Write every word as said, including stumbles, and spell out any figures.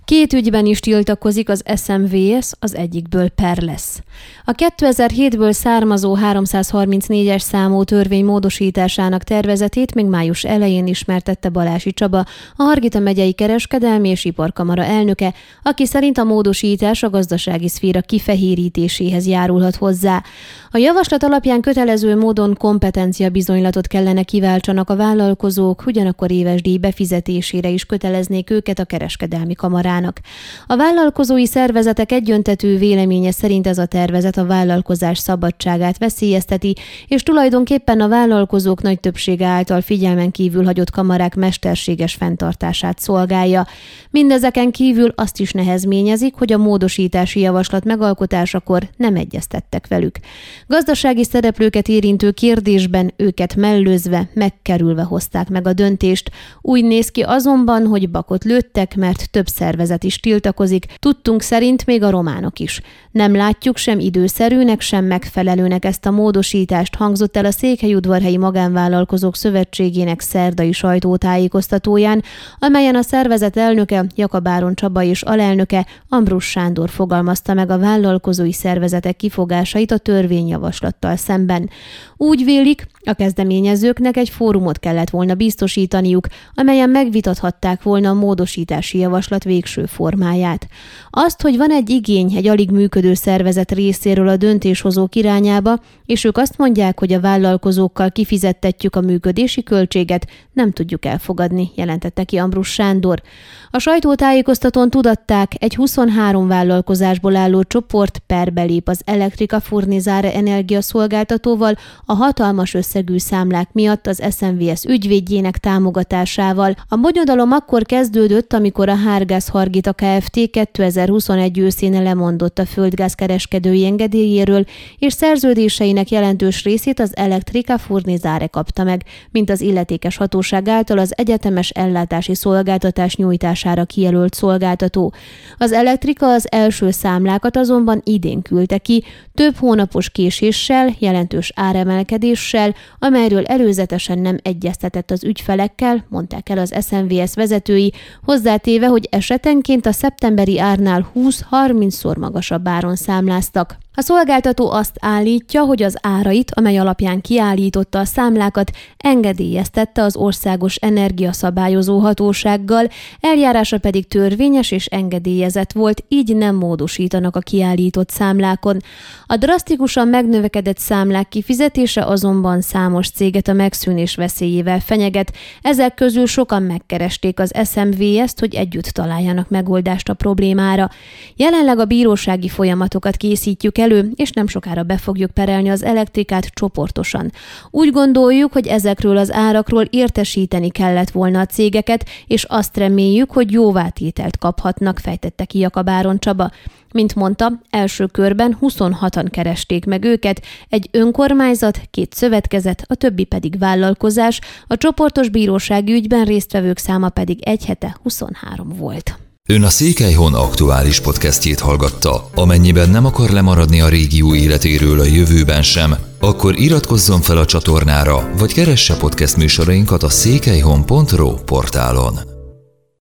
Két ügyben is tiltakozik az es em vé es, az egyikből per lesz. A kétezer-hétből származó háromszázharmincnégyes számú törvény módosításának tervezetét még május elején ismertette Balási Csaba, a Hargita megyei kereskedelmi és iparkamara elnöke, aki szerint a módosítás a gazdasági szféra kifehérítéséhez járulhat hozzá. A javaslat alapján kötelező módon kompetencia bizonylatot kellene kiváltsanak a vállalkozók, ugyanakkor éves díj befizetésére is köteleznék őket a kereskedelmi kamarának. A vállalkozói szervezetek egyöntetű véleménye szerint ez a tervezet a vállalkozás szabadságát veszélyezteti, és tulajdonképpen a vállalkozók nagy többsége által figyelmen kívül hagyott kamarák mesterséges fenntartását szolgálja. Mindezeken kívül azt is nehezményezik, hogy a módosítási javaslat megalkotásakor nem egyeztettek velük. Gazdasági szereplőket érintő kérdésben őket mellőzve, megkerülve hozták meg a döntést. Úgy néz ki azonban, hogy bakot lőttek, mert több szervezet is tiltakozik, tudtunk szerint még a románok is. Nem látjuk sem időszerűnek, sem megfelelőnek ezt a módosítást, hangzott el a Székelyudvarhelyi Magánvállalkozók Szövetségének szerdai sajtótájékoztatóján, amelyen a szervezet elnöke, Jakab Áron Csaba és alelnöke, Ambrus Sándor fogalmazta meg a vállalkozói szervezetek kifogásait a törvényjavaslattal szemben. Úgy vélik, a kezdeményezőknek egy fórumot kellett volna biztosítaniuk, amelyen megvitathatták volna a módosítási javaslat végső formáját. Azt, hogy van egy igény egy alig működő szervezet részéről a döntéshozók irányába, és ők azt mondják, hogy a vállalkozókkal kifizettetjük a működési költséget, nem tudjuk elfogadni, jelentette ki Ambrus Sándor. A sajtótájékoztatón tudatták, egy huszonhárom vállalkozásból álló csoport perbe lép az Electrica Furnizare energiaszolgáltatóval a hatalmas összegű számlák miatt az es em vé es ügyvédjének támogatásával. A bonyodalom akkor kezdődött, amikor a Hárgáz Hargita Kft. kétezer-huszonegy őszén lemondott a földgáz kereskedői engedélyéről, és szerződéseinek jelentős részét az Electrica Furnizare kapta meg, mint az illetékes hatóság által az egyetemes ellátási szolgáltatás nyújtására kijelölt szolgáltató. Az Electrica az első számlákat azonban idén küldte ki, több hónapos késéssel, jelentős áremelkedéssel, amelyről előzetesen nem egyeztetett az ügyfelekkel, mondták el az es em vé es vezetői, hozzátéve, hogy esetenként a szeptemberi árnál húsz-harmincszor magasabb áron számláztak. A szolgáltató azt állítja, hogy az árait, amely alapján kiállította a számlákat, engedélyeztette az Országos Energiaszabályozó Hatósággal, eljárása pedig törvényes és engedélyezett volt, így nem módosítanak a kiállított számlákon. A drasztikusan megnövekedett számlák kifizetése azonban számos céget a megszűnés veszélyével fenyeget, ezek közül sokan megkeresték az es em vé est, hogy együtt találjanak megoldást a problémára. Jelenleg a bírósági folyamatokat készítjük elő, és nem sokára be fogjuk perelni az Electricát csoportosan. Úgy gondoljuk, hogy ezekről az árakról értesíteni kellett volna a cégeket, és azt reméljük, hogy jóvátételt kaphatnak, fejtette ki Jakab Áron Csaba. Mint mondta, első körben huszonhatan keresték meg őket, egy önkormányzat, két szövetkezet, a többi pedig vállalkozás, a csoportos bírósági ügyben résztvevők száma pedig egy hete huszonhárom volt. Ön a Székelyhon aktuális podcastjét hallgatta. Amennyiben nem akar lemaradni a régió életéről a jövőben sem, akkor iratkozzon fel a csatornára, vagy keresse podcast műsorainkat a székelyhon pont ro portálon.